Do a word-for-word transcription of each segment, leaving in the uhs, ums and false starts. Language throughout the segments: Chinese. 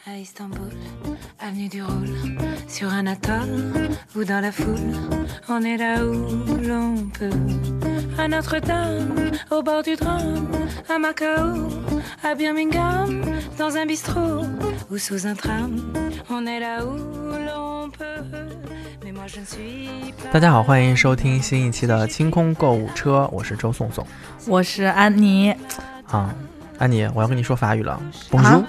À Istanbul, avenue du Roule, sur un atoll ou dans la foule, on est là où l'on peut. À Notre-Dame, au bord du Rhône, à Macao, à Birmingham, dans un bistrot ou sous un tram, on est là où l'on peut. Mais moi je ne suis pas。 大家好，欢迎收听新一期的清空购物车，我是周颂颂， 我是安妮。 啊，安妮，我要跟你说法语了 ，Bonjour，Bonjour，Salut，、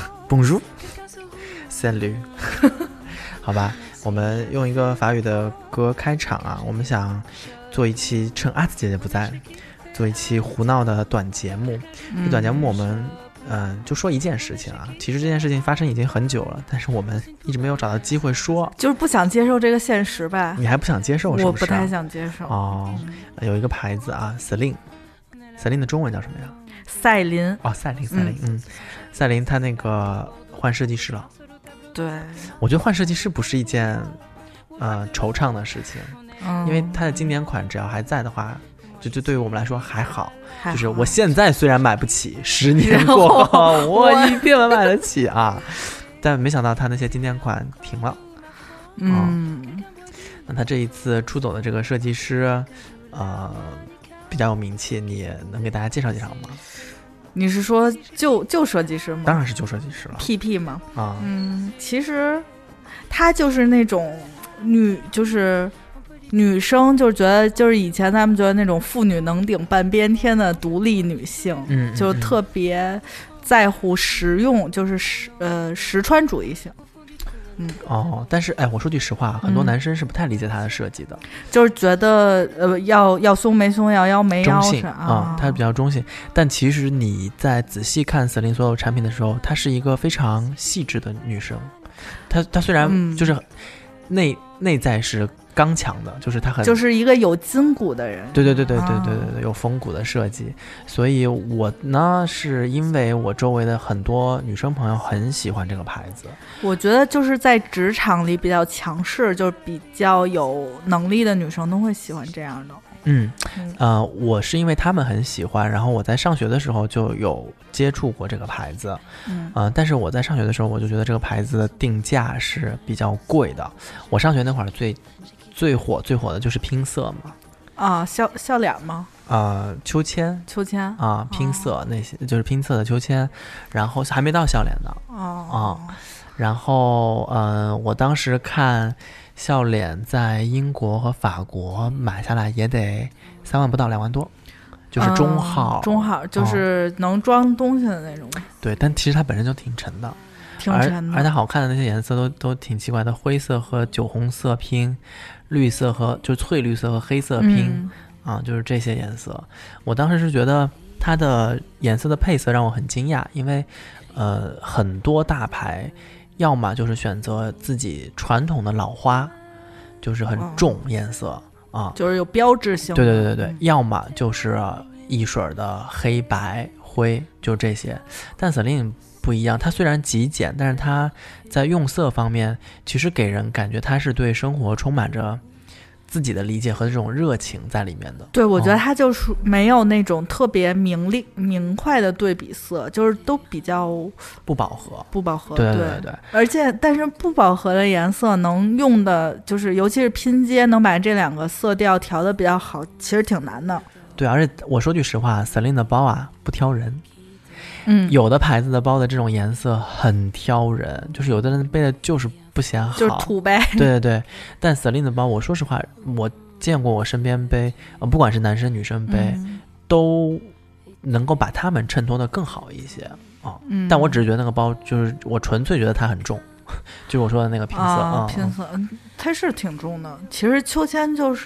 啊、好吧，我们用一个法语的歌开场啊，我们想做一期趁阿紫姐姐不在，做一期胡闹的短节目。 嗯、 这短节目我们嗯、呃、就说一件事情啊，其实这件事情发生已经很久了，但是我们一直没有找到机会说， 就是不想接受这个现实吧。 你还不想接受是不是？ 我不太想接受。 哦、嗯，有一个牌子啊 ，Celine，Celine 的中文叫什么呀？ 赛琳。 哦，赛琳，赛琳，嗯，赛琳她那个换设计师了。 对， 我觉得换设计师不是一件呃惆怅的事情，嗯、因为它的经典款只要还在的话，就就对于我们来说还好。 还好就是我现在虽然买不起，十年过后我一定能买得起啊！但没想到他那些经典款停了。 嗯， 嗯那他这一次出走的这个设计师，呃，比较有名气，你能给大家介绍介绍吗？ 你是说旧旧设计师吗？ 当然是旧设计师了。 P P 吗？ 啊， 嗯，其实他就是那种女，就是女生，就是觉得就是以前他们觉得那种妇女能顶半边天的独立女性， 嗯， 就特别在乎实用，就是实呃实穿主义性。嗯哦，但是哎，我说句实话，很多男生是不太理解他的设计的， 嗯、就是觉得呃要要松没松，要腰没腰， 中性啊， 他比较中性。但其实你在仔细看 Celine 所有产品的时候，她是一个非常细致的女生。她她虽然就是内、嗯、内在是刚强的，就是她很就是一个有筋骨的人。 对对对对对对对对，有风骨的设计。所以我呢是因为我周围的很多女生朋友很喜欢这个牌子。 我觉得就是在职场里比较强势，就是比较有能力的女生都会喜欢这样的。 嗯，呃，我是因为他们很喜欢，然后我在上学的时候就有接触过这个牌子，嗯、呃，但是我在上学的时候我就觉得这个牌子的定价是比较贵的。我上学那会儿最最火最火的就是拼色嘛， 啊，笑笑脸吗？ 呃，秋千， 秋千啊，拼色、哦、那些就是拼色的秋千，然后还没到笑脸呢， 哦， 啊，然后嗯、呃，我当时看。笑脸在英国和法国买下来也得三万不到两万多，就是中号、 嗯、中号就是能装东西的那种、 哦、对，但其实它本身就挺沉的， 挺沉的， 而而它好看的那些颜色都都挺奇怪的，灰色和酒红色拼，绿色和就是翠绿色和黑色拼、嗯、啊，就是这些颜色。我当时是觉得它的颜色的配色让我很惊讶，因为呃很多大牌要么就是选择自己传统的老花，就是很重颜色、哦、啊， 就是有标志性的。 对对对对，要么就是一水的黑白灰，就这些。但 Celine 不一样，它虽然极简，但是它在用色方面，其实给人感觉它是对生活充满着自己的理解和这种热情在里面的。 对，我觉得它就是没有那种特别明丽明快的对比色，就是都比较不饱和， 不饱和。 对对对对。 而且，但是不饱和的颜色能用的，就是尤其是拼接，能把这两个色调调得比较好，其实挺难的。 对，而且我说句实话 ，Celine 的包啊不挑人。 嗯， 有的牌子的包的这种颜色很挑人，就是有的人背的就是不显好， 就是土呗。 对对对，但 Celine 的包，我说实话，我见过我身边背，呃，不管是男生女生背、嗯，都能够把他们衬托的更好一些啊、嗯。但我只是觉得那个包，就是我纯粹觉得它很重，就是我说的那个拼色啊， 嗯、 拼色，它是挺重的。其实秋千就是，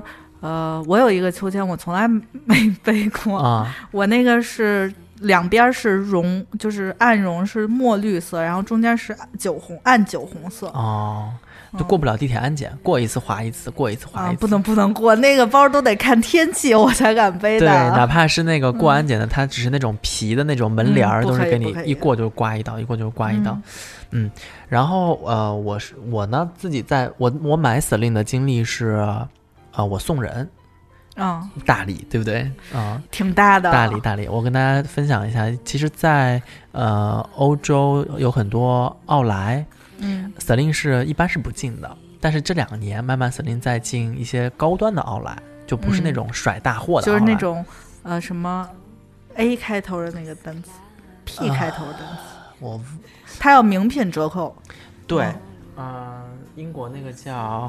呃，我有一个秋千，我从来没背过啊， 我那个是。两边是绒，就是暗绒是墨绿色，然后中间是酒红暗酒红色。 哦，就过不了地铁安检，嗯、过一次划一次，过一次划一次。 啊、不能不能过，那个包都得看天气我才敢背的。 对，哪怕是那个过安检的，嗯、它只是那种皮的那种门帘、嗯、都是给你一过就刮一刀，一过就刮一刀。嗯，嗯然后呃，我是我呢自己在我我买 Celine 的经历是，呃，我送人。 嗯， 大理对不对啊、嗯？ 挺大的。 大理大理，我跟大家分享一下，其实在，呃欧洲有很多奥莱， 嗯 Celine 是一般是不进的，但是这两年慢慢 Celine 在进一些高端的奥莱，就不是那种甩大货的奥莱、 嗯，就是那种呃什么 A 开头的那个单词 ，P 开头的单词， 呃、我它要名品折扣。 对，嗯、呃，英国那个叫。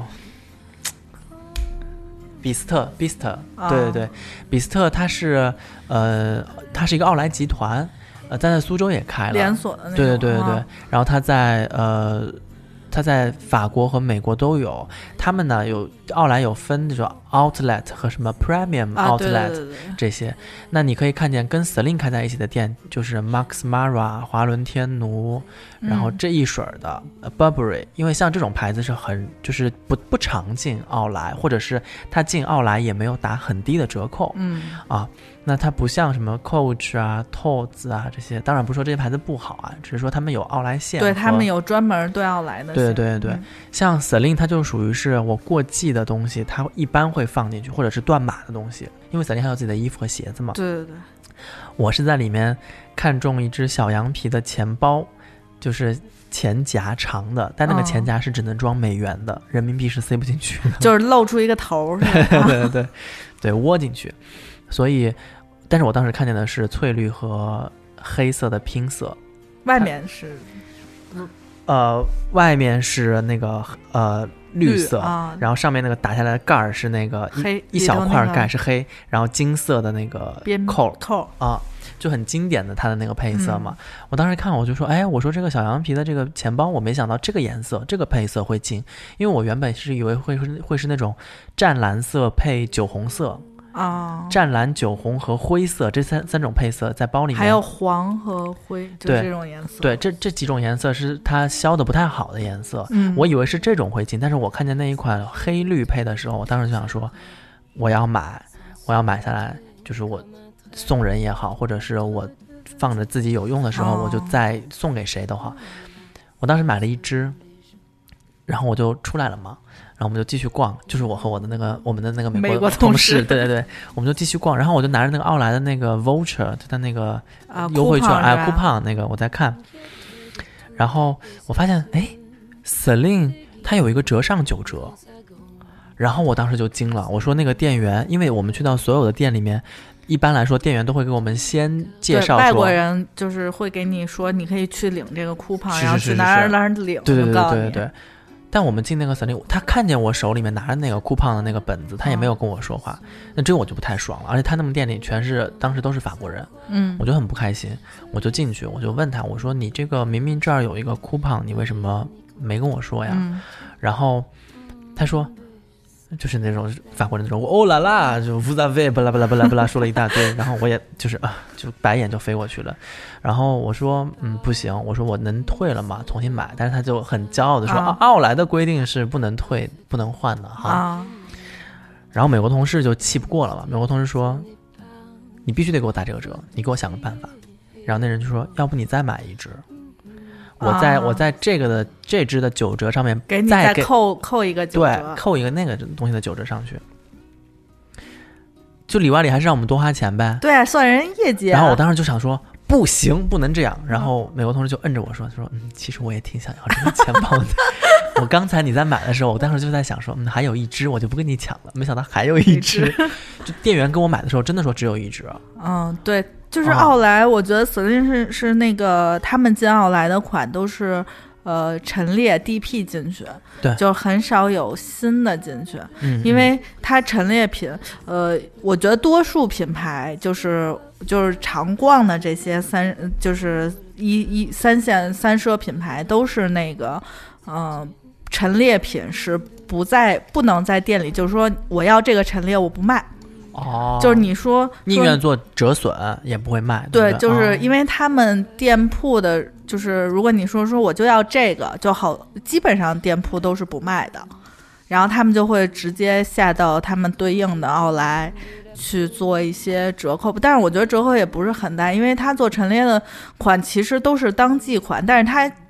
比斯特，比斯特，对对对，比斯特它是呃，它是一个奥莱集团，呃，在苏州也开了连锁的那种， 对对对对对。 啊、 然后它在呃，它在法国和美国都有。他们呢有奥莱有分那种 outlet 和什么 premium outlet、 啊、对对对对这些。那你可以看见跟 Celine 开在一起的店，就是 Max Mara、华伦天奴，然后这一水的、嗯、Burberry。因为像这种牌子是很就是不不常进奥莱，或者是它进奥莱也没有打很低的折扣。 嗯啊。那它不像什么 Coach 啊、Tod's 啊这些，当然不是说这些牌子不好啊，只是说他们有奥莱线， 对他们有专门对奥莱的线。 对对对对、 嗯， 像 Celine 它就属于是我过季的东西，它一般会放进去，或者是断码的东西，因为 Celine 还有自己的衣服和鞋子嘛。 对对对， 我是在里面看中一只小羊皮的钱包，就是钱夹长的，但那个钱夹是只能装美元的，嗯、人民币是塞不进去的， 就是露出一个头，是吧？ 对对对对，窝进去。所以，但是我当时看见的是翠绿和黑色的拼色， 外面是， 呃，外面是那个呃绿色， 绿啊、 然后上面那个打下来的盖儿是那个黑一小块盖是黑，然后金色的那个扣扣啊，就很经典的它的那个配色嘛。嗯、我当时看我就说，哎，我说这个小羊皮的这个钱包，我没想到这个颜色这个配色会进，因为我原本是以为会是会是那种湛蓝色配酒红色。 啊， 湛蓝、酒红和灰色这三三种配色在包里面， 还有黄和灰，就是这种颜色。 对，这这几种颜色是它销的不太好的颜色。 嗯， 我以为是这种会进，但是我看见那一款黑绿配的时候，我当时就想说，我要买，我要买下来，就是我送人也好，或者是我放着自己有用的时候， 哦、 我就再送给谁的话，我当时买了一支，然后我就出来了嘛。然后我们就继续逛，就是我和我的那个我们的那个美国, 美国同事，对对对，我们就继续逛。然后我就拿着那个奥莱的那个 voucher， 它的那个优惠券，哎、啊， coupon 那个我在看。然后我发现，哎 ，Celine 它有一个折上九折，然后我当时就惊了，我说那个店员，因为我们去到所有的店里面，一般来说店员都会给我们先介绍说， 外国人就是会给你说，你可以去领这个 coupon， 是是是是然后去哪儿哪儿领， 对对对对对对。但我们进那个 Celine， 他看见我手里面拿着那个 coupon 的那个本子，他也没有跟我说话，那、哦、这个我就不太爽了。而且他那么店里全是当时都是法国人， 嗯， 我就很不开心。我就进去，我就问他，我说你这个明明这儿有一个 coupon， 你为什么没跟我说呀？ 嗯、 然后他说，就是那种法国人那种哦啦啦，就 vous avez 巴拉巴拉巴拉巴拉说了一大堆，然后我也就是啊，就白眼就飞过去了。然后我说嗯不行，我说我能退了吗？重新买。但是他就很骄傲的说，啊、奥莱的规定是不能退不能换的哈。 啊、 然后美国同事就气不过了嘛，美国同事说你必须得给我打这个折，你给我想个办法。然后那人就说要不你再买一支。我在、啊、我在这个的这支的九折上面给你再扣扣一个九折， 对，扣一个那个东西的九折上去，就里外里还是让我们多花钱呗。 对、啊，算人业绩、啊。 然后我当时就想说不行，不能这样。然后美国同事就摁着我说，他说嗯，其实我也挺想要这个钱包的。我刚才你在买的时候，我当时就在想说，嗯，还有一支，我就不跟你抢了。没想到还有一支，就店员跟我买的时候，真的说只有一支。 嗯，对。就是奥莱，我觉得 Celine 是是那个他们进奥莱的款都是呃陈列 D P 进去， 对， 就很少有新的进去， 嗯， 因为它陈列品，呃，我觉得多数品牌就是就是常逛的这些三就是一一三线三奢品牌都是那个嗯、呃、陈列品是不在不能在店里，就是说我要这个陈列我不卖。 哦， 就是你说宁愿做折损也不会卖，对对，就是因为他们店铺的，哦、就是如果你说说我就要这个就好，基本上店铺都是不卖的，然后他们就会直接下到他们对应的奥莱去做一些折扣，但是我觉得折扣也不是很大，因为他做陈列的款其实都是当季款，但是他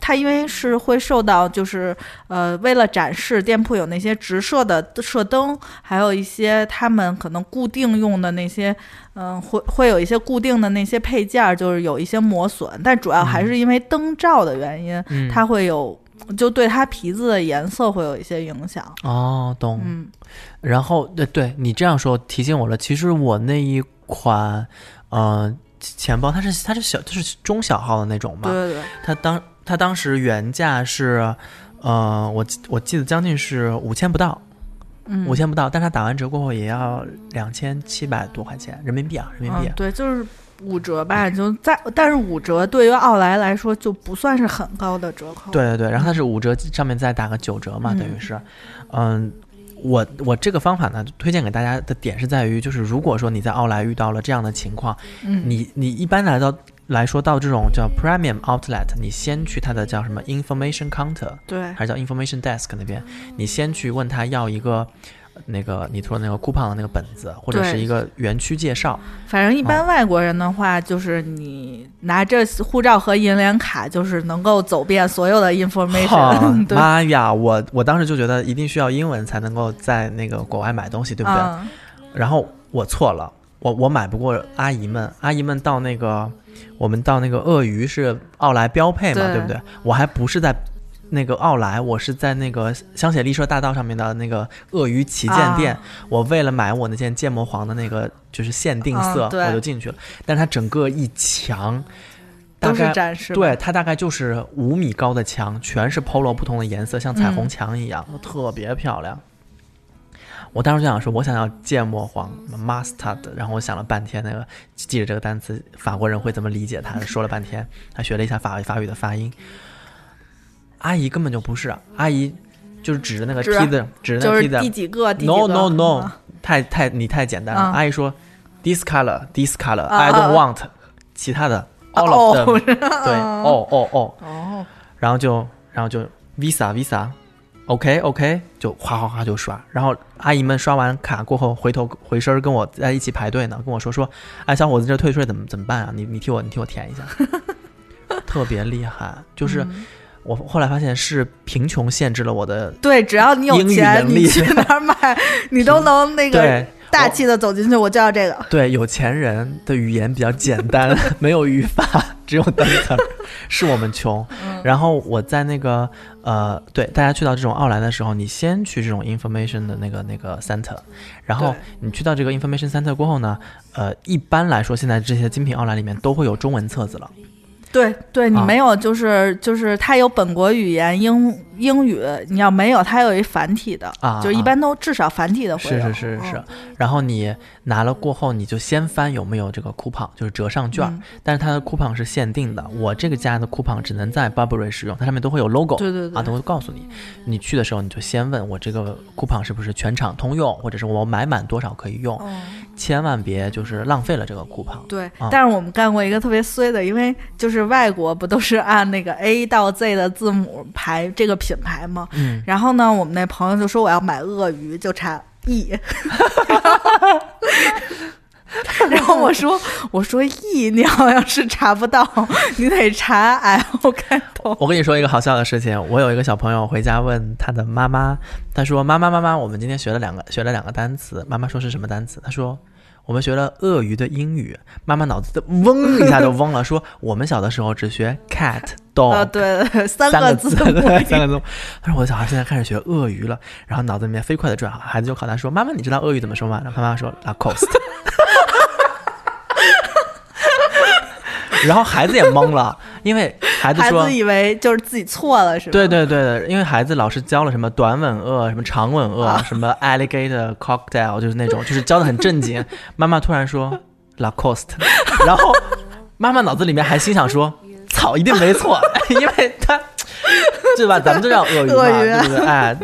它因为是会受到就是呃，为了展示店铺有那些直射的射灯，还有一些他们可能固定用的那些嗯、呃，会会有一些固定的那些配件，就是有一些磨损，但主要还是因为灯罩的原因， 嗯、 它会有就对它皮子的颜色会有一些影响。 哦，懂。 嗯，然后对对，你这样说提醒我了，其实我那一款呃钱包它是它是小就是中小号的那种嘛， 对对对， 它当它当时原价是呃我我记得将近是五千不到。 嗯， 五千不到，但它打完折过后也要两千七百多块钱人民币啊，人民币、啊嗯。对，就是五折吧，就在，但是五折对于奥莱来说就不算是很高的折扣。 对对对，然后它是五折上面再打个九折嘛， 嗯、 等于是，嗯，我我这个方法呢，推荐给大家的点是在于，就是如果说你在奥莱遇到了这样的情况， 嗯， 你你一般来到。来说到这种叫 premium outlet， 你先去它的叫什么 information counter， 对， 还是叫 information desk 那边，你先去问他要一个那个你说的那个 coupon 的那个本子，或者是一个园区介绍。 反正一般外国人的话，嗯、就是你拿着护照和银联卡，就是能够走遍所有的 information。 妈呀，我我当时就觉得一定需要英文才能够在那个国外买东西，对不对？ 嗯、 然后我错了，我我买不过阿姨们，阿姨们到那个。我们到那个鳄鱼是奥莱标配嘛， 对, 对不对？我还不是在那个奥莱，我是在那个香榭丽舍大道上面的那个鳄鱼旗舰店、啊、我为了买我那件芥末黄的那个就是限定色、 嗯、 我就进去了，但它整个一墙大概都是展示， 对，它大概就是五米高的墙，全是 polo 不同的颜色，像彩虹墙一样、嗯、特别漂亮。我当时就想说我想要芥末黄 mustard， 然后我想了半天，那个记着这个单词法国人会怎么理解它，说了半天，还学了一下法法语的发音。阿姨根本就不是，阿姨就是指着那个梯子，指着那个梯子， 就是第几个第几个 no no no、嗯、太太你太简单了、嗯、阿姨说 this color this color、啊、I don't want、啊、其他的 all of them、哦、对哦哦哦哦，然后就然后就 visa visa OK OK 就哗哗哗就刷，然后阿姨们刷完卡过后回头回身跟我在一起排队呢，跟我说说，哎，小伙子，这退税怎么怎么办啊？你你替我你替我填一下，特别厉害。就是、嗯、我后来发现是贫穷限制了我的对，只要你有钱，你去哪儿买，你都能那个大气的走进去。我就要这个。 对，有钱人的语言比较简单，没有语法，只有单词，是我们穷。嗯、然后我在那个。呃，对，大家去到这种奥莱的时候，你先去这种 information 的那个那个 center， 然后你去到这个 information center 过后呢，呃，一般来说，现在这些精品奥莱里面都会有中文册子了。 对对，你没有就是、啊、就是它有本国语言英英语，你要没有它有一繁体的啊，就一般都至少繁体的会有。 是是是是、嗯。然后你拿了过后，你就先翻有没有这个 coupon， 就是折上券、嗯，但是它的 coupon 是限定的，我这个家的 coupon 只能在 Burberry 使用，它上面都会有 logo， 对对对， 啊，都会告诉你。你去的时候你就先问我这个 coupon 是不是全场通用，或者是我买满多少可以用，嗯、千万别就是浪费了这个 coupon。 对、 嗯， 但是我们干过一个特别衰的，因为就是外国不都是按那个 A 到 Z 的字母排这个品牌吗？嗯，然后呢，我们那朋友就说我要买鳄鱼，就查 E， 然后我说我说 E 你好像是查不到，你得查 L 开头。 我跟你说一个好笑的事情，我有一个小朋友回家问他的妈妈，他说妈妈妈妈，我们今天学了两个学了两个单词，妈妈说是什么单词？他说我们学了鳄鱼的英语，妈妈脑子嗡一下就嗡了，说我们小的时候只学 cat dog，、 啊、对对，三个字， 三个字，三个字。他说我的小孩现在开始学鳄鱼了，然后脑子里面飞快的转，孩子就考他说妈妈，你知道鳄鱼怎么说吗？然后妈妈说 Lacoste， 然后孩子也懵了，因为孩子说孩子以为就是自己错了，是吧？ 对对对对，因为孩子老师教了什么短吻鳄、什么长吻鳄、啊、什么 alligator cocktail， 就是那种就是教的很正经。妈妈突然说 Lacoste， 然后妈妈脑子里面还心想说操，一定没错，因为他对吧？咱们都叫鳄鱼嘛，对不对？哎，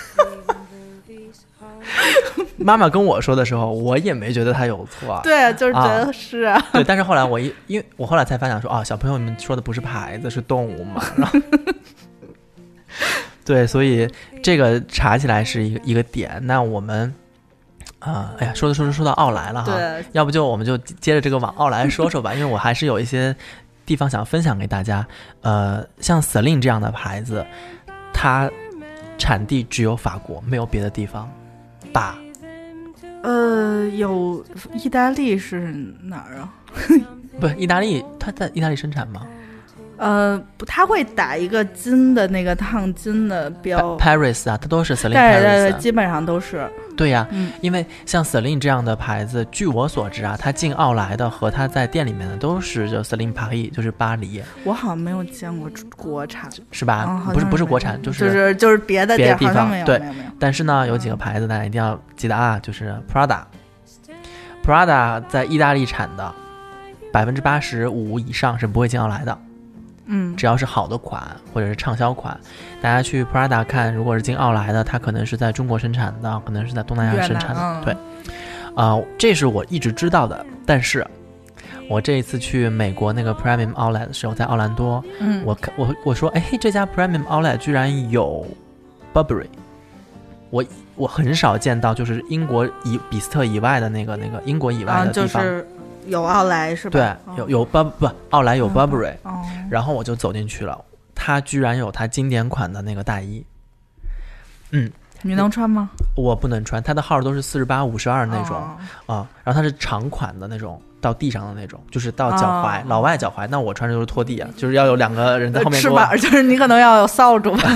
妈妈跟我说的时候，我也没觉得他有错。 对，就是觉得是、啊啊。对，但是后来我一，因为我后来才发现说，哦，小朋友们说的不是牌子，是动物嘛。然后对，所以这个查起来是一个一个点。那我们啊、呃，哎呀，说着说着说到奥莱了哈， 对， 要不就我们就接着这个往奥莱说说吧，因为我还是有一些地方想分享给大家，呃，像 Celine 这样的牌子，它产地只有法国，没有别的地方吧？ 呃，有意大利是哪儿啊？ 不，意大利，它在意大利生产吗？ 呃，他会打一个金的那个烫金的标 ，Paris 啊，它都是 Celine Paris， 对对对，基本上都是。 对呀、啊嗯， 因为像 Celine 这样的牌子，据我所知啊，它进奥莱的和它在店里面的都是就 Celine Paris， 就是巴黎。 我好像没有见过国产， 是吧？ 嗯、 不是不是国产，就是就是就是别的别的地方没有对没有没有。 但是呢，有几个牌子大家一定要记得啊，就是 Prada。Prada 在意大利产的，百分之八十五以上是不会进奥莱的。 嗯， 只要是好的款或者是畅销款，大家去 Prada 看，如果是进奥莱的，它可能是在中国生产的，可能是在东南亚生产的。 嗯、 对，啊、呃，这是我一直知道的。但是，我这一次去美国那个 Premium Outlet 的时候，在奥兰多， 嗯， 我我我说，哎，这家 Premium Outlet 居然有 Burberry， 我我很少见到，就是英国以比斯特以外的那个那个英国以外的地方。 啊就是有奥莱是吧？ 对，有有 Bur 不奥莱有 Burberry，、 嗯哦、 然后我就走进去了，他居然有他经典款的那个大衣，嗯， 你能穿吗？ 我不能穿，他的号都是四十八、五十二那种啊、 哦嗯，然后它是长款的那种，到地上的那种，就是到脚踝，哦、老外脚踝，那我穿着就是拖地啊，就是要有两个人在后面翅膀，就是你可能要有扫帚吧，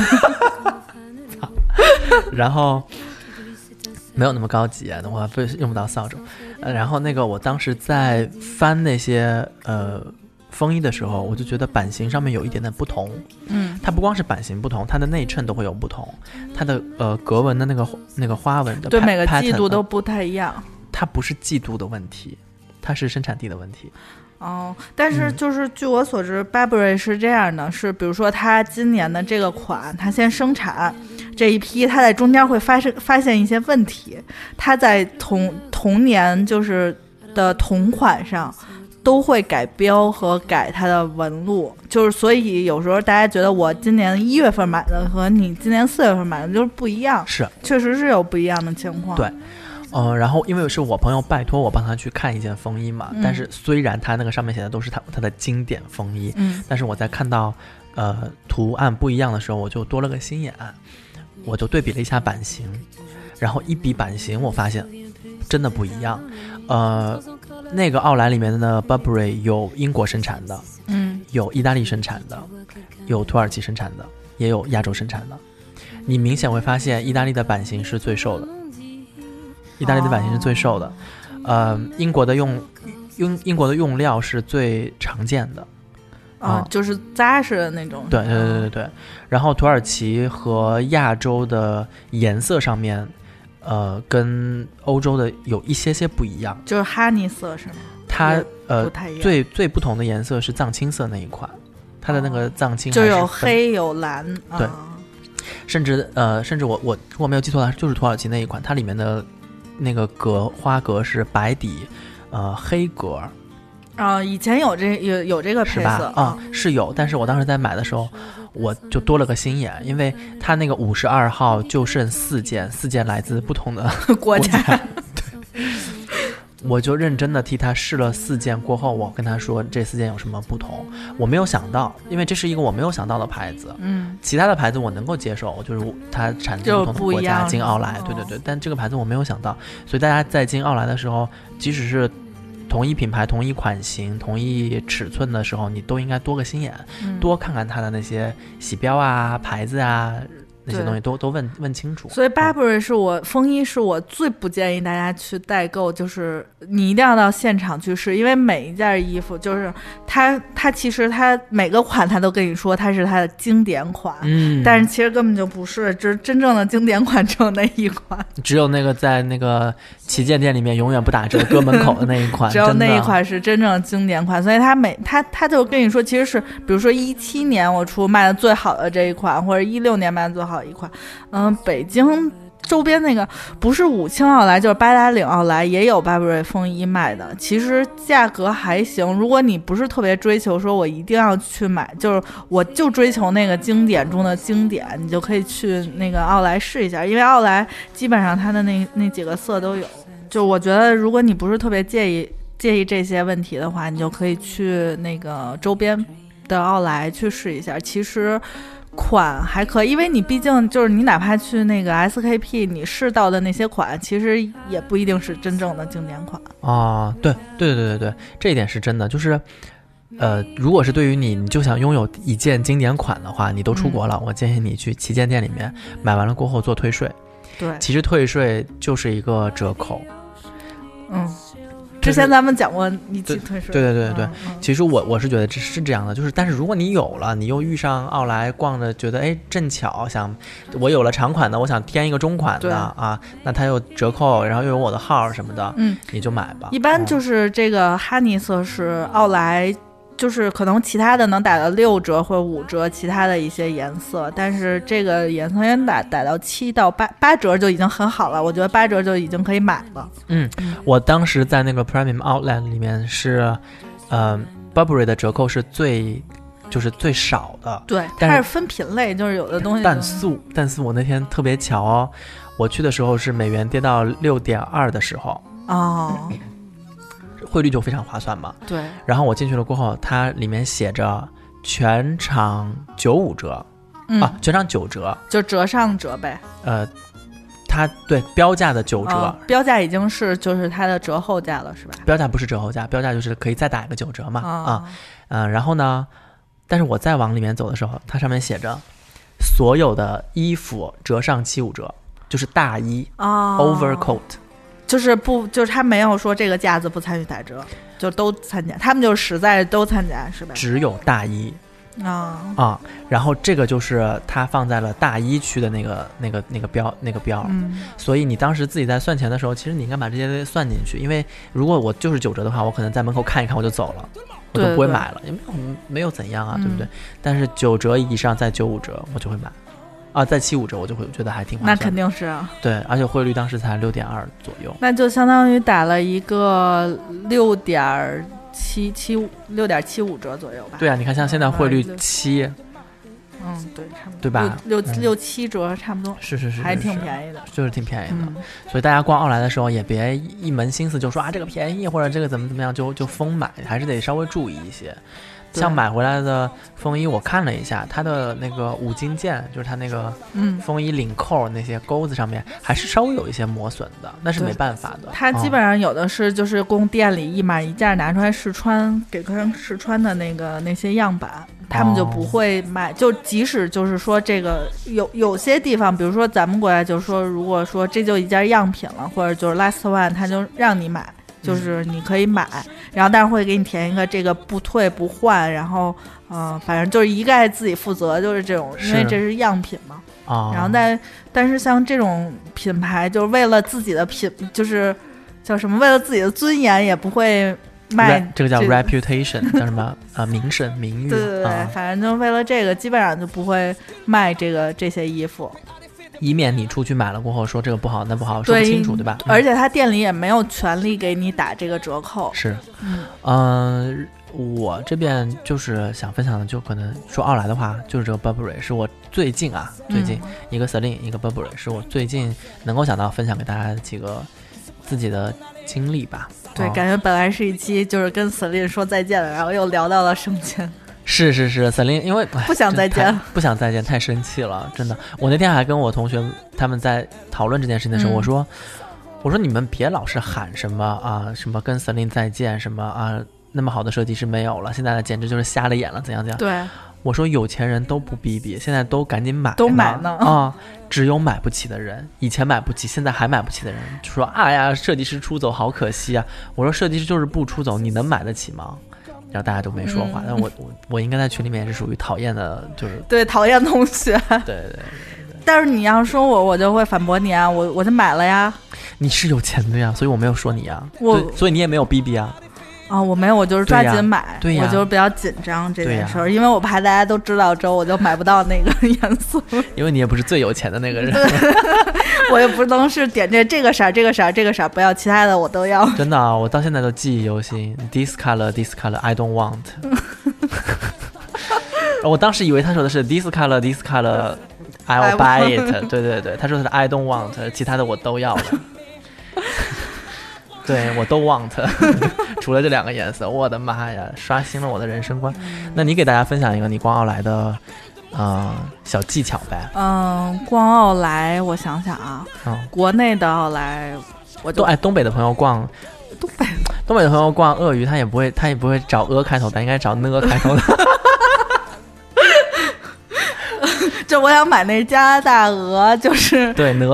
然后。没有那么高级啊，我不用不到扫帚。呃，然后那个我当时在翻那些呃风衣的时候，我就觉得版型上面有一点点不同。 嗯， 它不光是版型不同，它的内衬都会有不同，它的呃格纹的那个那个花纹的对每个季度都不太一样。 它不是季度的问题，它是生产地的问题。 哦，但是就是据我所知、嗯、Burberry 是这样的，是比如说它今年的这个款，它先生产这一批，它在中间会发生发现一些问题，它在同同年就是的同款上都会改标和改它的纹路，就是所以有时候大家觉得我今年一月份买的和你今年四月份买的就是不一样， 是确实是有不一样的情况。 对。呃，然后因为是我朋友拜托我帮他去看一件风衣嘛，嗯、但是虽然他那个上面写的都是他他的经典风衣， 嗯， 但是我在看到呃图案不一样的时候，我就多了个心眼，我就对比了一下版型，然后一比版型，我发现真的不一样。呃，那个奥莱里面的 Burberry 有英国生产的， 嗯， 有意大利生产的，有土耳其生产的，也有亚洲生产的。你明显会发现，意大利的版型是最瘦的。意大利的版型是最瘦的，呃，英国的用英英国的用料是最常见的， 啊、哦，就是扎实的那种。 对对对对对。然后土耳其和亚洲的颜色上面，呃，跟欧洲的有一些些不一样， 就是哈尼色是吗？ 它呃不太一样， 最最不同的颜色是藏青色那一款，它的那个藏青就有黑有蓝， 对， 啊、 甚至呃甚至我我如果没有记错的话，就是土耳其那一款，它里面的。那个格花格是白底，呃，黑格。 啊、呃，以前有这有有这个配色啊、嗯，是有，但是我当时在买的时候，我就多了个心眼，因为它那个五十二号就剩四件，四件来自不同的国家， 对，我就认真的替他试了四件过后，我跟他说这四件有什么不同，我没有想到，因为这是一个我没有想到的牌子， 嗯， 其他的牌子我能够接受，就是它产自不同的国家进奥莱，对对对，但这个牌子我没有想到，所以大家在进奥莱的时候，即使是同一品牌、同一款型、同一尺寸的时候，你都应该多个心眼， 嗯、 多看看它的那些洗标啊、牌子啊。那些东西都都问问清楚。 所以 Burberry 是我、嗯、风衣是我最不建议大家去代购，就是你一定要到现场去试，因为每一件衣服就是它它其实它每个款它都跟你说它是它的经典款， 嗯， 但是其实根本就不是，只真正的经典款只有那一款， 只有那个在那个旗舰店里面永远不打折搁门口的那一款， 只有那一款是真正的经典款，所以它每它它就跟你说，其实是比如说一七年我出卖的最好的这一款，或者一六年卖的最好的一款，嗯，北京周边那个不是武清奥莱就是八达岭奥莱也有 Burberry 风衣卖的，其实价格还行，如果你不是特别追求说我一定要去买，就是我就追求那个经典中的经典，你就可以去那个奥莱试一下，因为奥莱基本上它的那那几个色都有，就我觉得如果你不是特别介意介意这些问题的话，你就可以去那个周边的奥莱去试一下。其实款还可以，因为你毕竟就是你哪怕去那个 S K P 你试到的那些款其实也不一定是真正的经典款啊。对对对对对，这一点是真的。就是呃，如果是对于你你就想拥有一件经典款的话，你都出国了、嗯、我建议你去旗舰店里面买完了过后做退税。 对， 其实退税就是一个折扣。 嗯，之前咱们讲过一期退税。 对对对对对、 嗯嗯、 其实我我是觉得这是这样的，就是但是如果你有了，你又遇上奥莱逛着，觉得哎正巧想我有了长款的，我想添一个中款的啊，那它有折扣，然后又有我的号什么的， 嗯， 你就买吧。 一般就是这个哈尼色是奥莱。就是可能其他的能打到六折或者五折，其他的一些颜色，但是这个颜色也打打到七到八八折就已经很好了，我觉得八折就已经可以买了。 嗯，我当时在那个 Premium Outlet 里面是，呃 Burberry 的折扣是最就是最少的。 对，它是分品类，就是有的东西。 但素，但是我那天特别巧哦，我去的时候是美元跌到六点二的时候。 哦。 汇率就非常划算嘛， 对。 然后我进去了过后，它里面写着全场九五折、嗯、啊，全场九折， 就折上折呗。 呃，它对标价的九折、哦， 标价已经是就是它的折后价了，是吧？ 标价不是折后价，标价就是可以再打一个九折嘛、 哦、 啊，嗯、呃，然后呢，但是我再往里面走的时候，它上面写着所有的衣服折上七五折，就是大衣、 哦、 overcoat。 就是不，就是他没有说这个架子不参与打折，就都参加，他们就实在都参加，是吧？ 只有大衣啊、 哦、啊，然后这个就是他放在了大衣区的那个那个那个标那个标、 嗯， 所以你当时自己在算钱的时候，其实你应该把这些算进去，因为如果我就是九折的话，我可能在门口看一看我就走了，我就不会买了，因为没有怎样啊， 嗯、 对不对？但是九折以上再九五折，我就会买。啊，在七五折我就会觉得还挺划算。 那肯定是啊。 对，而且汇率当时才六点二左右， 那就相当于打了一个六点七七六点七五折左右吧。 对啊，你看像现在汇率七， 嗯，对，差不多， 对吧？ 六六、嗯、六七折差不多。 是是 是, 是, 是， 还挺便宜的， 就是挺便宜的、 嗯。 所以大家逛奥莱的时候也别一门心思就说啊这个便宜或者这个怎么怎么样就就疯买，还是得稍微注意一些。像买回来的风衣我看了一下，它的那个五金件，就是它那个风衣领扣那些钩子上面还是稍微有一些磨损的，那是没办法的。 它基本上有的是就是供店里一码一件拿出来试穿，给客人试穿的那个那些样板，他们就不会卖、哦、就即使就是说这个有有些地方，比如说咱们国家就是说如果说这就一件样品了，或者就是 last one 他就让你买，就是你可以买、嗯、然后但是会给你填一个这个不退不换，然后呃反正就是一概自己负责，就是这种，因为这是样品嘛。 哦、 然后但但是像这种品牌就是为了自己的品，就是叫什么，为了自己的尊严也不会卖、 Re, 这个叫 reputation 叫什么啊、呃、名声名誉。 对对对、啊、反正就为了这个基本上就不会卖这个这些衣服， 以免你出去买了过后说这个不好那不好说不清楚， 对, 对吧？ 而且他店里也没有权利给你打这个折扣。 是， 嗯、 呃，我这边就是想分享的，就可能说奥莱的话，就是这个 Burberry 是我最近啊，最近、嗯、一个 Celine 一个 Burberry 是我最近能够想到分享给大家几个自己的经历吧。 对、 哦， 感觉本来是一期就是跟 Celine 说再见了，然后又聊到了生钱。 是是是 Celine 因为不想再见不想再见太生气了，真的。我那天还跟我同学他们在讨论这件事情的时候、嗯、我说我说你们别老是喊什么啊什么跟 Celine 再见什么啊，那么好的设计师没有了，现在的简直就是瞎了眼了怎样怎样。 对， 我说有钱人都不逼逼，现在都赶紧买， 都买呢啊！只有买不起的人，以前买不起现在还买不起的人就说哎呀设计师出走好可惜啊。我说设计师就是不出走你能买得起吗？然后大家都没说话、嗯、但我我我应该在群里面也是属于讨厌的，就是对讨厌同学。 对对 对, 对但是你要说我我就会反驳你啊，我我就买了呀。你是有钱的呀，所以我没有说你啊， 我所以你也没有逼逼啊。 啊、哦，我没有，我就是抓紧买， 对呀， 我就是比较紧张这件事儿，因为我怕大家都知道之后我就买不到那个颜色。 因为你也不是最有钱的那个人， 我也不能是点这这个色这个色这个色不要，其他的我都要。 真的、啊，我到现在都记忆犹新。This color, this color, I don't want 。我当时以为他说的是 This color, this color, I'll buy it。对对对，他说的是 I don't want， 其他的我都要了。 对我都 want 除了这两个颜色，我的妈呀，刷新了我的人生观。那你给大家分享一个你逛奥莱的呃小技巧呗。 嗯，逛奥莱我想想啊、嗯、国内的奥莱我就哎东北的朋友逛东北东北的朋友逛鳄鱼，他也不会他也不会找鹅开头的，应该找呢开头的就我想买那加拿大鹅，就是对呢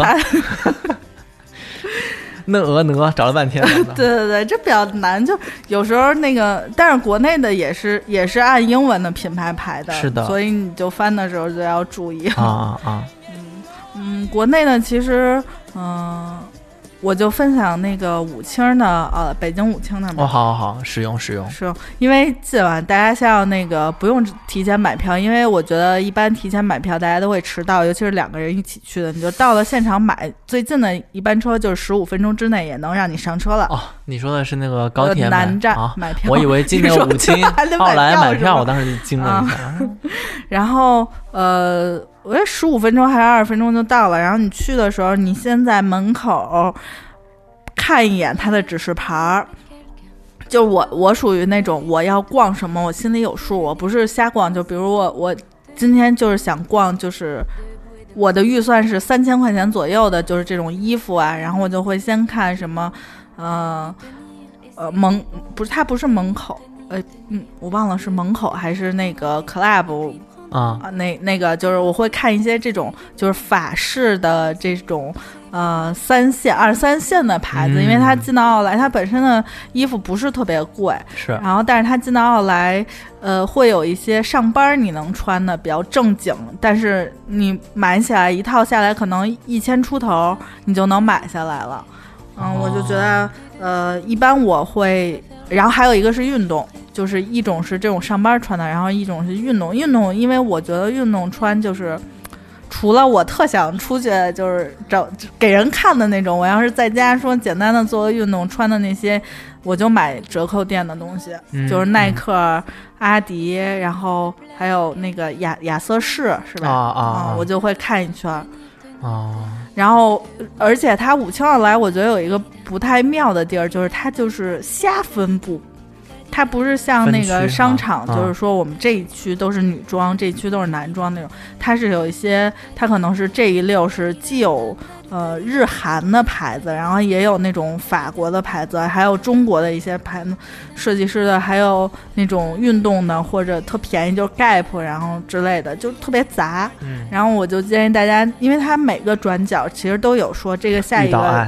那鹅呢找了半天对对对，这比较难，就有时候那个，但是国内的也是也是按英文的品牌排的， 是的， 所以你就翻的时候就要注意啊啊啊！ 嗯嗯，国内的其实嗯、呃，我就分享那个武清的呃，北京武清的哦，好好好，实用实用， 是因为今晚大家像那个不用提前买票，因为我觉得一般提前买票大家都会迟到，尤其是两个人一起去的，你就到了现场买最近的一班车，就是十五分钟之内也能让你上车了。 哦，你说的是那个高铁南站、 啊、 买票， 我以为今年武清奥莱买票，我当时就惊了一下。啊、 然后呃。我觉得十五分钟还是二十分钟就到了，然后你去的时候，你先在门口看一眼它的指示牌。就我我属于那种我要逛什么我心里有数，我不是瞎逛。就比如我我今天就是想逛，就是我的预算是三千块钱左右的，就是这种衣服啊，然后我就会先看什么呃呃门不是它不是门口呃嗯我忘了是门口还是那个 club。 啊、 uh, 那那个就是我会看一些这种就是法式的这种呃三线二三线的牌子、嗯、因为它进到奥莱它本身的衣服不是特别贵， 是， 然后但是它进到奥莱呃会有一些上班你能穿的比较正经，但是你买起来一套下来可能一千出头你就能买下来了。嗯、哦、我就觉得呃一般我会，然后还有一个是运动，就是一种是这种上班穿的，然后一种是运动运动因为我觉得运动穿就是除了我特想出去就是找给人看的那种，我要是在家说简单的做个运动穿的那些，我就买折扣店的东西、嗯、就是耐克、嗯、阿迪，然后还有那个亚亚瑟士是吧？ 啊啊、 嗯，我就会看一圈啊。 然后而且它武清奥莱我觉得有一个不太妙的地儿，就是它就是瞎分布，它不是像那个商场、啊、就是说我们这一区都是女装、啊、这一区都是男装那种，它是有一些它可能是这一溜是既有呃日韩的牌子，然后也有那种法国的牌子，还有中国的一些牌子设计师的，还有那种运动的或者特便宜就是 Gap 然后之类的，就特别杂、嗯、然后我就建议大家，因为它每个转角其实都有说这个下一个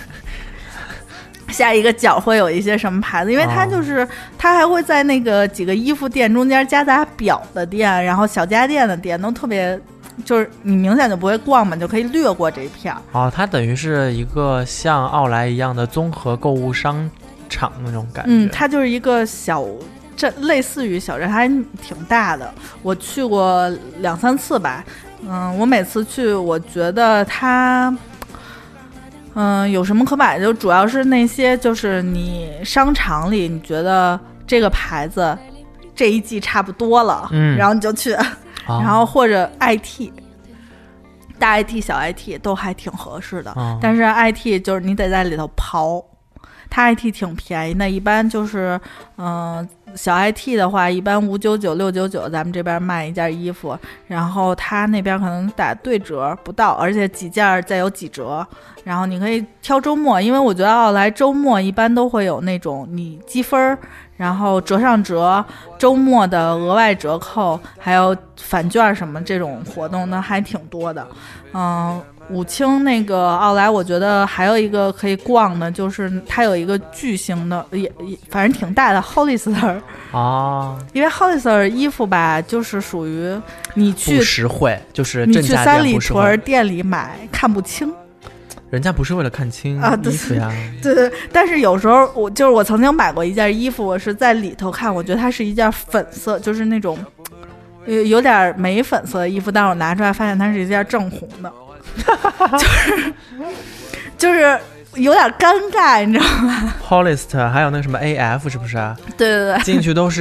下一个角会有一些什么牌子，因为它就是、哦、它还会在那个几个衣服店中间夹杂表的店，然后小家电的店都特别，就是你明显就不会逛嘛，就可以略过这一片。 哦，它等于是一个像奥莱一样的综合购物商场那种感觉。 嗯，它就是一个小镇，类似于小镇，还挺大的。我去过两三次吧，嗯，我每次去，我觉得它。嗯，有什么可买的？就主要是那些，就是你商场里你觉得这个牌子这一季差不多了，嗯，然后你就去，哦、然后或者 I T 大 I T 小 I T 都还挺合适的，哦、但是 I T 就是你得在里头刨，它 I T 挺便宜的，一般就是嗯、呃、小 I T 的话，一般五九九六九九，咱们这边卖一件衣服，然后他那边可能打对折不到，而且几件再有几折，然后你可以挑周末，因为我觉得奥莱周末一般都会有那种你积分，然后折上折，周末的额外折扣，还有返券什么这种活动呢，还挺多的。嗯，武清那个奥莱，我觉得还有一个可以逛的，就是它有一个巨型的，也也反正挺大的 Hollister 啊， 因为 Hollister 衣服吧，就是属于你去不实惠，就是你去三里屯店里买看不清。 人家不是为了看清衣服呀， 对 对, 对，但是有时候我就是我曾经买过一件衣服，我是在里头看，我觉得它是一件粉色，就是那种有有点玫粉色的衣服，但是我拿出来发现它是一件正红的，就是就是有点尴尬，你知道吗 ？Hollister 还有那个什么 A F 是不是？ 对对对， 进去都是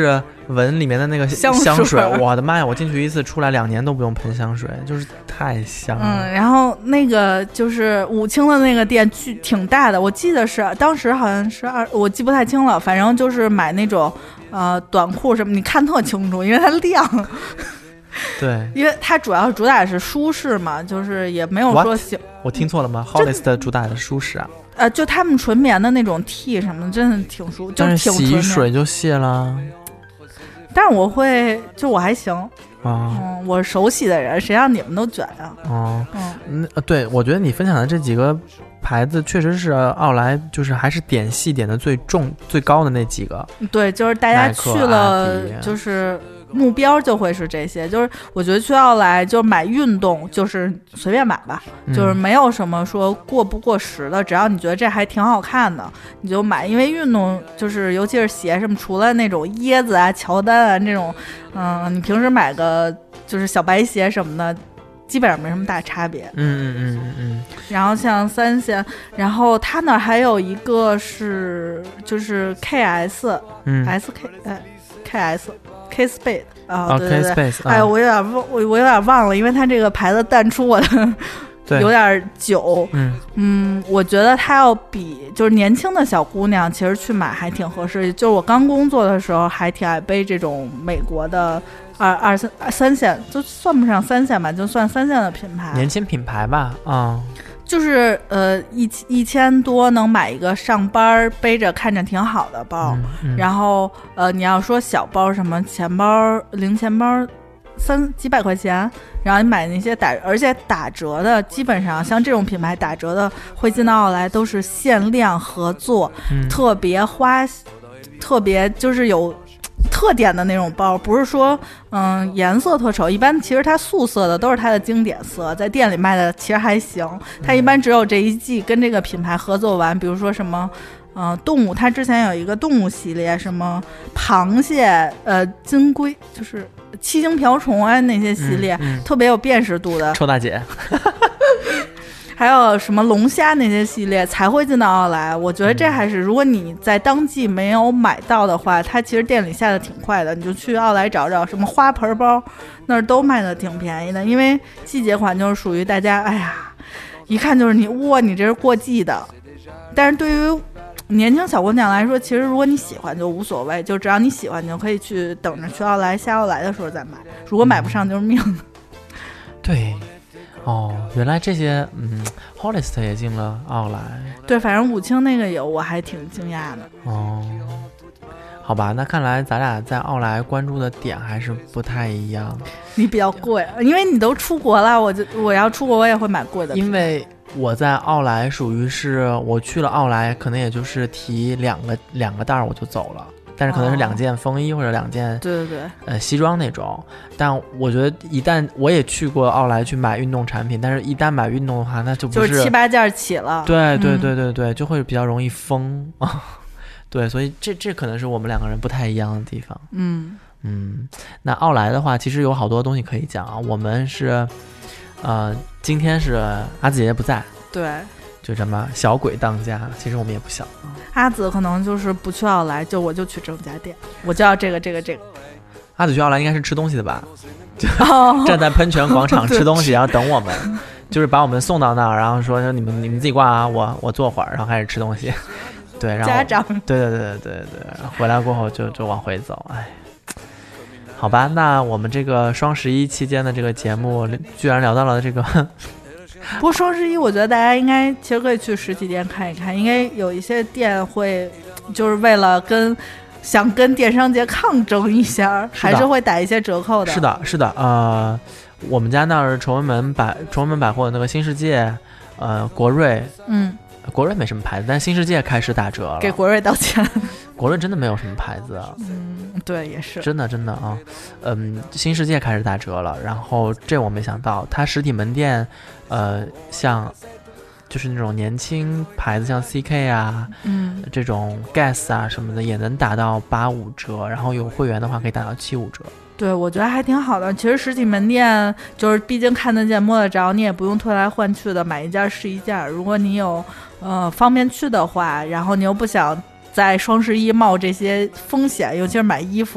闻里面的那个香香水， 我的妈呀！我进去一次出来两年都不用喷香水，就是太香了。 嗯，然后那个就是武清的那个店巨挺大的，我记得是当时好像是二，我记不太清了，反正就是买那种呃短裤什么，你看特清楚，因为它亮。 对， 因为它主要主打是舒适嘛，就是也没有说行。 我听错了吗 ？Hollister 的主打的舒适啊？ 呃，就他们纯棉的那种 T 什么的，真的挺舒服，就挺纯棉。 洗水就卸了。 但是我会，就我还行啊、 嗯，我是手洗的人，谁让你们都卷啊？ 哦，嗯，对，我觉得你分享的这几个牌子确实是奥莱，就是还是点细点的最重最高的那几个。 对，就是大家去了，就是目标就会是这些。就是我觉得去奥莱就买运动，就是随便买吧， 嗯、 就是没有什么说过不过时的，只要你觉得这还挺好看的，你就买。因为运动就是尤其是鞋什么，除了那种椰子啊、乔丹啊这种，嗯，你平时买个就是小白鞋什么的。基本上没什么大差别， 嗯嗯嗯嗯。 然后像三线，然后他那还有一个是就是 K S， 嗯 ，S K 哎 K S K Space 啊、 哦， 对对对， Space， 哎，我有点忘，我我有点忘了，因为他这个牌子淡出我的。有点久， 嗯嗯，我觉得它要比就是年轻的小姑娘其实去买还挺合适。就是我刚工作的时候还挺爱背这种美国的二二三三线，就算不上三线吧，就算三线的品牌， 年轻品牌吧，啊、嗯， 就是呃一一千多能买一个上班背着看着挺好的包， 嗯嗯、 然后呃你要说小包什么钱包零钱包。三几百块钱，然后你买那些打，而且打折的，基本上像这种品牌打折的，会进到奥莱都是限量合作， 嗯、 特别花，特别就是有特点的那种包，不是说嗯颜色特丑，一般其实它素色的都是它的经典色，在店里卖的其实还行，它一般只有这一季跟这个品牌合作完，比如说什么。呃，动物，它之前有一个动物系列，什么螃蟹、呃金龟，就是七星瓢虫啊那些系列， 嗯嗯、 特别有辨识度的。 臭大姐， 还有什么龙虾那些系列才会进到奥莱。我觉得这还是，如果你在当季没有买到的话，它其实店里下的挺快的，你就去奥莱找找，什么花盆包那儿都卖的挺便宜的，因为季节款就是属于大家，哎呀，一看就是你哇，你这是过季的。但是对于年轻小姑娘来说，其实如果你喜欢就无所谓，就只要你喜欢，你就可以去等着去奥莱下奥莱的时候再买。如果买不上就是命。 对，哦，原来这些，嗯 ，Hollister 也进了奥莱。 对，反正武清那个有，我还挺惊讶的。 哦，好吧，那看来咱俩在奥莱关注的点还是不太一样。 你比较贵，因为你都出国了，我就我要出国我也会买贵的。 因为我在奥莱属于是我去了奥莱，可能也就是提两个两个袋儿我就走了，但是可能是两件风衣或者两件、 哦、对对对呃西装那种。但我觉得一旦我也去过奥莱去买运动产品，但是一旦买运动的话，那就不是就是七八件起了。 对对对对对、嗯，就会比较容易疯啊。对，所以这这可能是我们两个人不太一样的地方。 嗯嗯，那奥莱的话，其实有好多东西可以讲啊。我们是。呃，今天是阿紫姐姐不在， 对， 就这么小鬼当家。其实我们也不小， 阿紫可能就是不去奥莱，就我就去正家店，我就要这个这个这个。 阿紫去奥莱应该是吃东西的吧？哦、站在喷泉广场吃东西，然后等我们，就是把我们送到那儿，然后说你们你们自己挂啊，我我坐会儿，然后开始吃东西。对，然后家长， 对对对对对对，回来过后就就往回走，哎。好吧，那我们这个双十一期间的这个节目，居然聊到了这个。 不过双十一，我觉得大家应该其实可以去实体店看一看，应该有一些店会就是为了跟想跟电商节抗争一下，还是会打一些折扣的。 是的，是的，呃，我们家那儿崇文门百崇文门百货的那个新世界，呃，国瑞， 嗯。 国瑞没什么牌子，但新世界开始打折了。 给国瑞道歉。 国瑞真的没有什么牌子。 嗯，对，也是。 真的真的啊，嗯，新世界开始打折了，然后这我没想到，它实体门店，呃，像就是那种年轻牌子，像 C K 啊， 嗯， 这种 Guess 啊什么的，也能打到八五折，然后有会员的话可以打到七五折。 对，我觉得还挺好的。其实实体门店就是毕竟看得见摸得着，你也不用推来换去的，买一件是一件。如果你有呃方便去的话，然后你又不想在双十一冒这些风险，尤其是买衣服，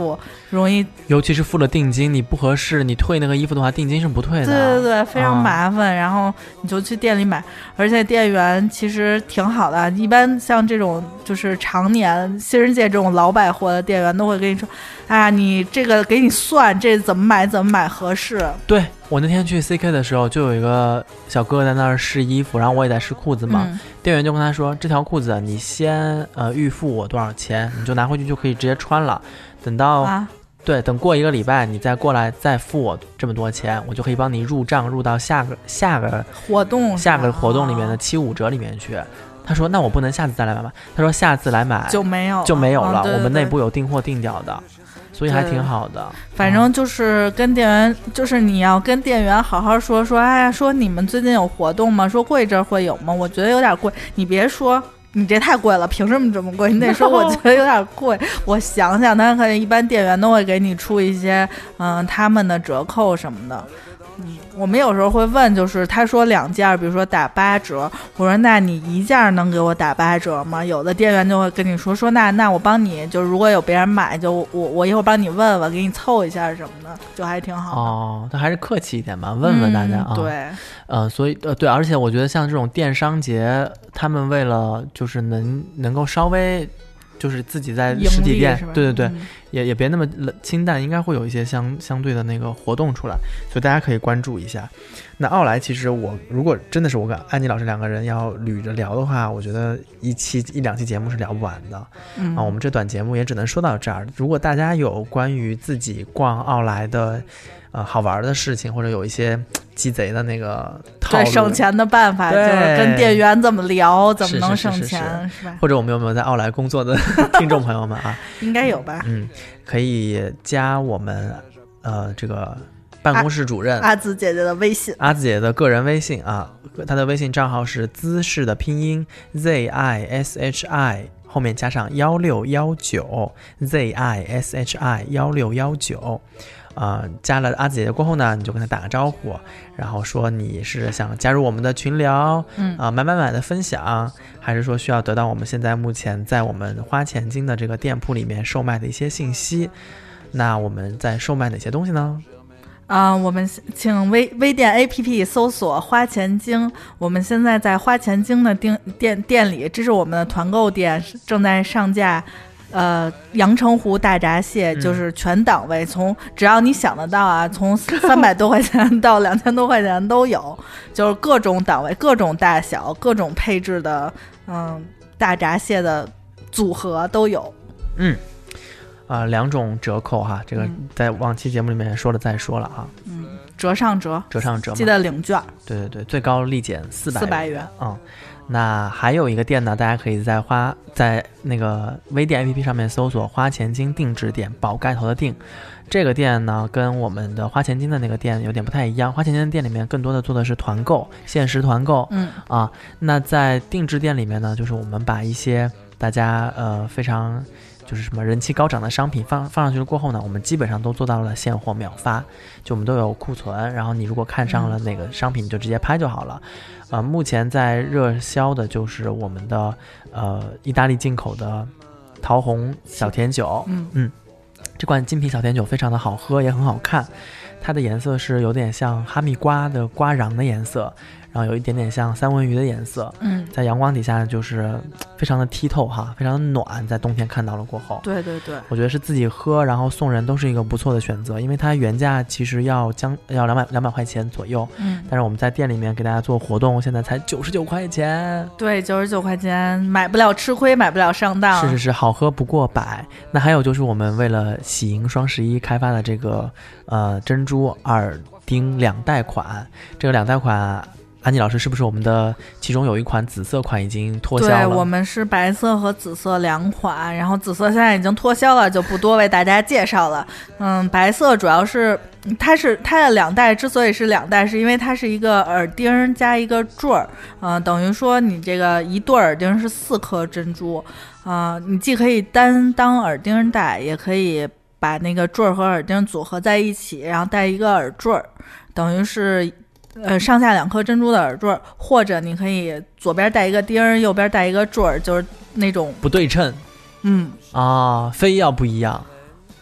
容易， 尤其是付了定金，你不合适，你退那个衣服的话，定金是不退的。 对对对，非常麻烦。啊、然后你就去店里买，而且店员其实挺好的。一般像这种就是常年新世界这种老百货的店员都会跟你说，哎呀，你这个给你算，这怎么买怎么买合适。 对，我那天去 C K 的时候，就有一个小哥哥在那儿试衣服，然后我也在试裤子嘛。嗯、店员就跟他说，这条裤子你先呃预付我多少钱，你就拿回去就可以直接穿了。等到、啊、对，等过一个礼拜你再过来再付我这么多钱，我就可以帮你入账入到下个下个活动下个活动里面的七五折里面去。他说那我不能下次再来买吗？他说下次来买就没有就没有了、 啊、对对对， 我们内部有订货定掉的，所以还挺好的。 反正就是跟店员、嗯、就是你要跟店员好好说说，哎呀，说你们最近有活动吗？说过一阵会有吗？我觉得有点贵，你别说你这太贵了，凭什么这么贵？你得说我觉得有点贵。我想想，他可能一般店员都会给你出一些嗯他们的折扣什么的。嗯，我们有时候会问，就是他说两件，比如说打八折，我说那你一件能给我打八折吗？有的店员就会跟你说说那那我帮你，就如果有别人买，就我我一会儿帮你问问，给你凑一下什么的，就还挺好的。 哦，他还是客气一点嘛，问问大家啊。 嗯、对， 呃，所以呃对，而且我觉得像这种电商节，他们为了就是能能够稍微。就是自己在实体店，对对对，嗯、也也别那么清淡，应该会有一些相相对的那个活动出来，所以大家可以关注一下。那奥莱其实我如果真的是我跟安妮老师两个人要捋着聊的话，我觉得一期一两期节目是聊不完的。嗯啊，我们这短节目也只能说到这儿。如果大家有关于自己逛奥莱的呃好玩的事情，或者有一些鸡贼的那个套路， 对省钱的办法，就是跟店员怎么聊，怎么能省钱， 是, 是, 是, 是, 是吧？ 或者我们有没有在奥莱工作的听众朋友们啊？ 应该有吧？ 嗯，可以加我们呃这个办公室主任阿紫姐姐的微信， 阿紫姐姐的个人微信啊，她的微信账号是姿势的拼音 Z I S H I。后面加上幺六幺九 Z I S H I 幺六幺九，呃，加了阿紫姐姐过后呢，你就跟她打个招呼，然后说你是想加入我们的群聊，嗯啊、呃，买买买的分享，还是说需要得到我们现在目前在我们花钱精的这个店铺里面售卖的一些信息？那我们在售卖哪些东西呢？ 啊、呃，我们请微微店 A P P 搜索花钱精，我们现在在花钱精的店店店里，这是我们的团购店，正在上架。呃，阳澄湖大闸蟹就是全档位，从只要你想得到啊，从三百多块钱到两千多块钱都有，就是各种档位、各种大小、各种配置的，嗯，大闸蟹的组合都有。 嗯。啊、呃，两种折扣哈，这个在往期节目里面说了再说了啊。 嗯，折上折， 折上折， 记得领券。 对对对，最高立减四百四百元。 嗯，那还有一个店呢，大家可以在花在那个微店 A P P 上面搜索花钱精定制店，宝盖头的定。这个店呢，跟我们的花钱精的那个店有点不太一样。花钱精的店里面更多的做的是团购，限时团购。 嗯啊，那在定制店里面呢，就是我们把一些大家呃非常。就是什么人气高涨的商品放放上去了过后呢，我们基本上都做到了现货秒发，就我们都有库存，然后你如果看上了哪个商品，你就直接拍就好了。呃，目前在热销的就是我们的呃意大利进口的桃红小甜酒， 嗯嗯，这款精品小甜酒非常的好喝，也很好看，它的颜色是有点像哈密瓜的瓜瓤的颜色。然后有一点点像三文鱼的颜色， 嗯， 在阳光底下就是非常的剔透哈，非常的暖，在冬天看到了过后， 对对对， 我觉得是自己喝然后送人都是一个不错的选择，因为它原价其实要将要两百两百块钱左右， 嗯， 但是我们在店里面给大家做活动，现在才九十九块钱， 对，九十九块钱买不了吃亏，买不了上当， 是是是，好喝不过百。那还有就是我们为了喜迎双十一开发的这个呃珍珠耳钉两代款，这个两代款。安妮老师，是不是我们的其中有一款紫色款已经脱销了？ 对，我们是白色和紫色两款，然后紫色现在已经脱销了，就不多为大家介绍了。嗯，白色主要是它是它的两代之所以是两代，是因为它是一个耳钉加一个坠儿，嗯、呃，等于说你这个一对耳钉是四颗珍珠，啊、呃，你既可以单当耳钉戴，也可以把那个坠儿和耳钉组合在一起，然后戴一个耳坠儿，等于是。呃，上下两颗珍珠的耳坠，或者你可以左边带一个钉，右边带一个坠，就是那种不对称。 嗯啊，非要不一样。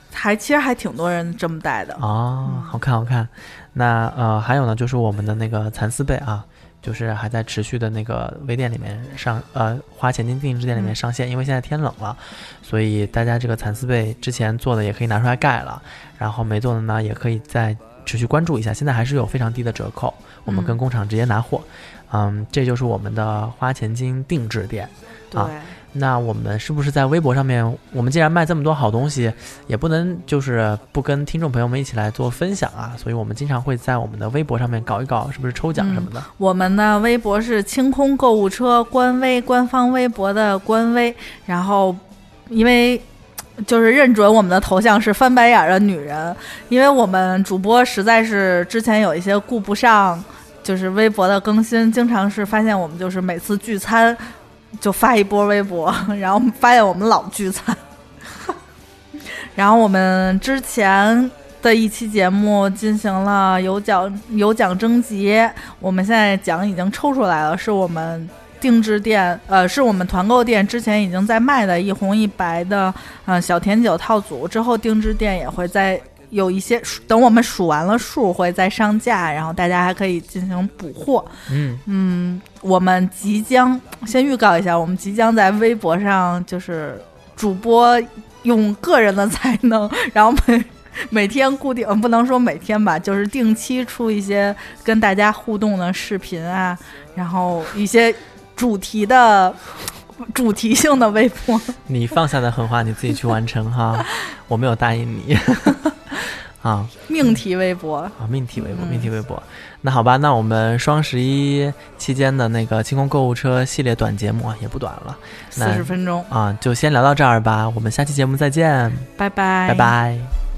还其实还挺多人这么戴的哦，好看好看。那呃还有呢，就是我们的那个蚕丝被啊，就是还在持续的那个微店里面上呃花钱金定制店里面上线、嗯、因为现在天冷了，所以大家这个蚕丝被之前做的也可以拿出来盖了，然后没做的呢也可以再持续关注一下，现在还是有非常低的折扣，我们跟工厂直接拿货。嗯, 嗯这就是我们的花钱金定制店。 对、 啊，那我们是不是在微博上面，我们既然卖这么多好东西，也不能就是不跟听众朋友们一起来做分享啊，所以我们经常会在我们的微博上面搞一搞，是不是抽奖什么的、嗯、 我们的微博是清空购物车官微，官方微博的官微，然后因为就是认准我们的头像是翻白眼的女人，因为我们主播实在是之前有一些顾不上就是微博的更新，经常是发现我们就是每次聚餐就发一波微博，然后发现我们老聚餐然后我们之前的一期节目进行了有奖有奖征集，我们现在奖已经抽出来了，是我们定制店呃，是我们团购店之前已经在卖的一红一白的呃小甜酒套组，之后定制店也会在有一些等我们数完了数会再上架，然后大家还可以进行补货。 嗯嗯，我们即将先预告一下，我们即将在微博上就是主播用个人的才能，然后每每天固定不能说每天吧，就是定期出一些跟大家互动的视频啊，然后一些主题的主题性的微博。 你放下的狠话你自己去完成哈，我没有答应你啊， 命题微博啊，命题微博，命题微博。那好吧，那我们双十一期间的那个清空购物车系列短节目啊，也不短了， 四十分钟啊，就先聊到这儿吧。我们下期节目再见， 拜拜， 拜拜。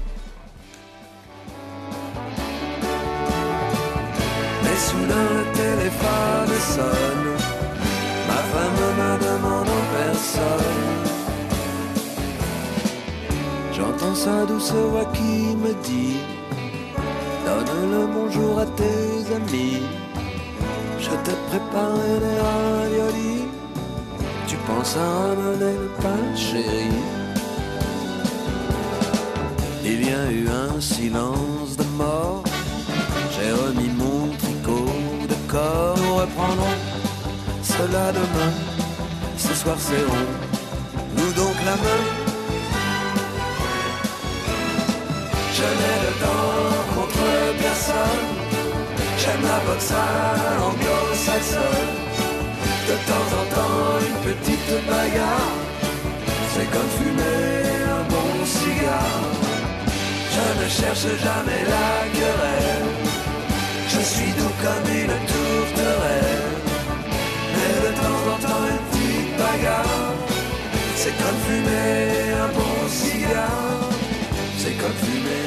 J'entends sa douce voix qui me dit donne le bonjour à tes amis. Je t'ai préparé des raviolis. Tu penses à ramener le pain, chérie? Il y a eu un silence de mort. J'ai remis mon tricot de corps. Nous reprendrons cela demain. Ce soir serrons-nous donc la main. Je n'ai le temps contre personne. J'aime la boxe anglo-saxonne. De temps en temps une petite bagarre, c'est comme fumer un bon cigare. Je ne cherche jamais la querelle. Je suis doux comme une tourterelle. Mais de temps en temps une petite bagarre, c'est comme fumer un bon cigare. C'est comme fumer